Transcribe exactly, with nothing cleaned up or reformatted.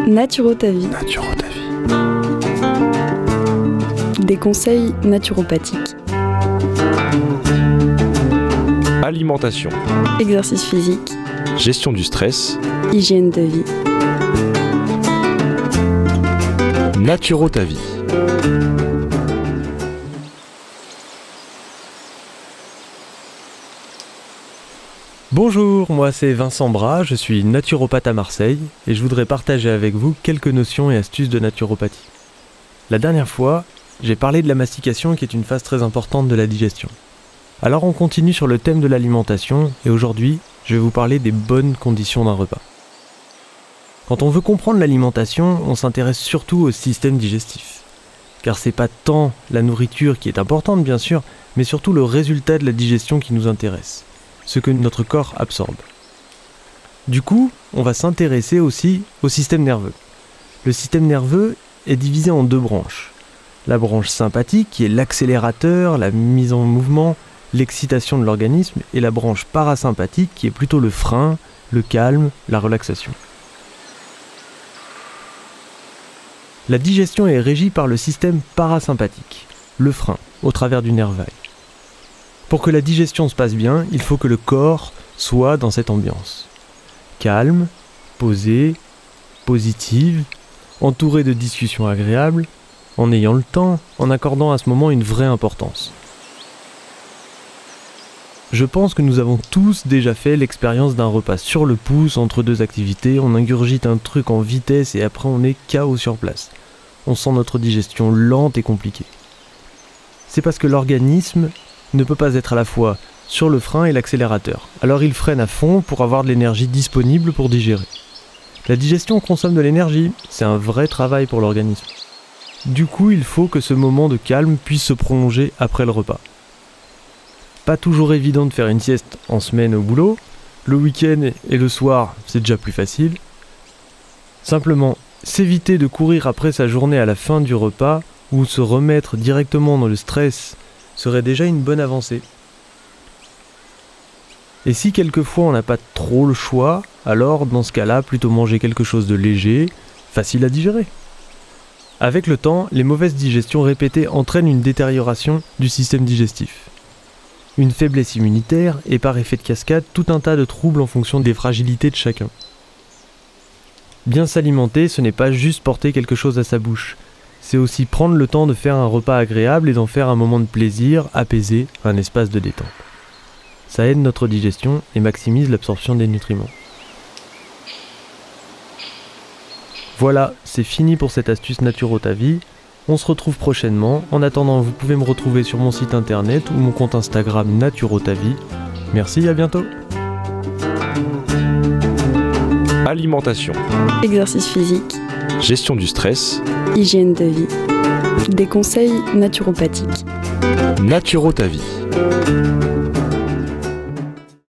Naturo ta vie. Naturo ta vie. Des conseils naturopathiques. Alimentation. Exercice physique. Gestion du stress. Hygiène de vie. Naturo ta vie. Bonjour, moi c'est Vincent Bras, je suis naturopathe à Marseille et je voudrais partager avec vous quelques notions et astuces de naturopathie. La dernière fois, j'ai parlé de la mastication qui est une phase très importante de la digestion. Alors on continue sur le thème de l'alimentation et aujourd'hui, je vais vous parler des bonnes conditions d'un repas. Quand on veut comprendre l'alimentation, on s'intéresse surtout au système digestif. Car c'est pas tant la nourriture qui est importante bien sûr, mais surtout le résultat de la digestion qui nous intéresse. Ce que notre corps absorbe. Du coup, on va s'intéresser aussi au système nerveux. Le système nerveux est divisé en deux branches. La branche sympathique, qui est l'accélérateur, la mise en mouvement, l'excitation de l'organisme, et la branche parasympathique, qui est plutôt le frein, le calme, la relaxation. La digestion est régie par le système parasympathique, le frein, au travers du nerf vague. Pour que la digestion se passe bien, il faut que le corps soit dans cette ambiance. Calme, posé, positive, entouré de discussions agréables, en ayant le temps, en accordant à ce moment une vraie importance. Je pense que nous avons tous déjà fait l'expérience d'un repas sur le pouce entre deux activités, on ingurgite un truc en vitesse et après on est K O sur place. On sent notre digestion lente et compliquée. C'est parce que l'organisme ne peut pas être à la fois sur le frein et l'accélérateur. Alors il freine à fond pour avoir de l'énergie disponible pour digérer. La digestion consomme de l'énergie, c'est un vrai travail pour l'organisme. Du coup, il faut que ce moment de calme puisse se prolonger après le repas. Pas toujours évident de faire une sieste en semaine au boulot, le week-end et le soir, c'est déjà plus facile. Simplement, s'éviter de courir après sa journée à la fin du repas ou se remettre directement dans le stress serait déjà une bonne avancée. Et si quelquefois on n'a pas trop le choix, alors dans ce cas-là, plutôt manger quelque chose de léger, facile à digérer. Avec le temps, les mauvaises digestions répétées entraînent une détérioration du système digestif, une faiblesse immunitaire et par effet de cascade, tout un tas de troubles en fonction des fragilités de chacun. Bien s'alimenter, ce n'est pas juste porter quelque chose à sa bouche. C'est aussi prendre le temps de faire un repas agréable et d'en faire un moment de plaisir, apaisé, un espace de détente. Ça aide notre digestion et maximise l'absorption des nutriments. Voilà, c'est fini pour cette astuce Naturo ta vie. On se retrouve prochainement. En attendant, vous pouvez me retrouver sur mon site internet ou mon compte Instagram Naturo ta vie. Merci, à bientôt. Alimentation. Exercice physique. Gestion du stress. Hygiène de vie. Des conseils naturopathiques. Naturo ta vie.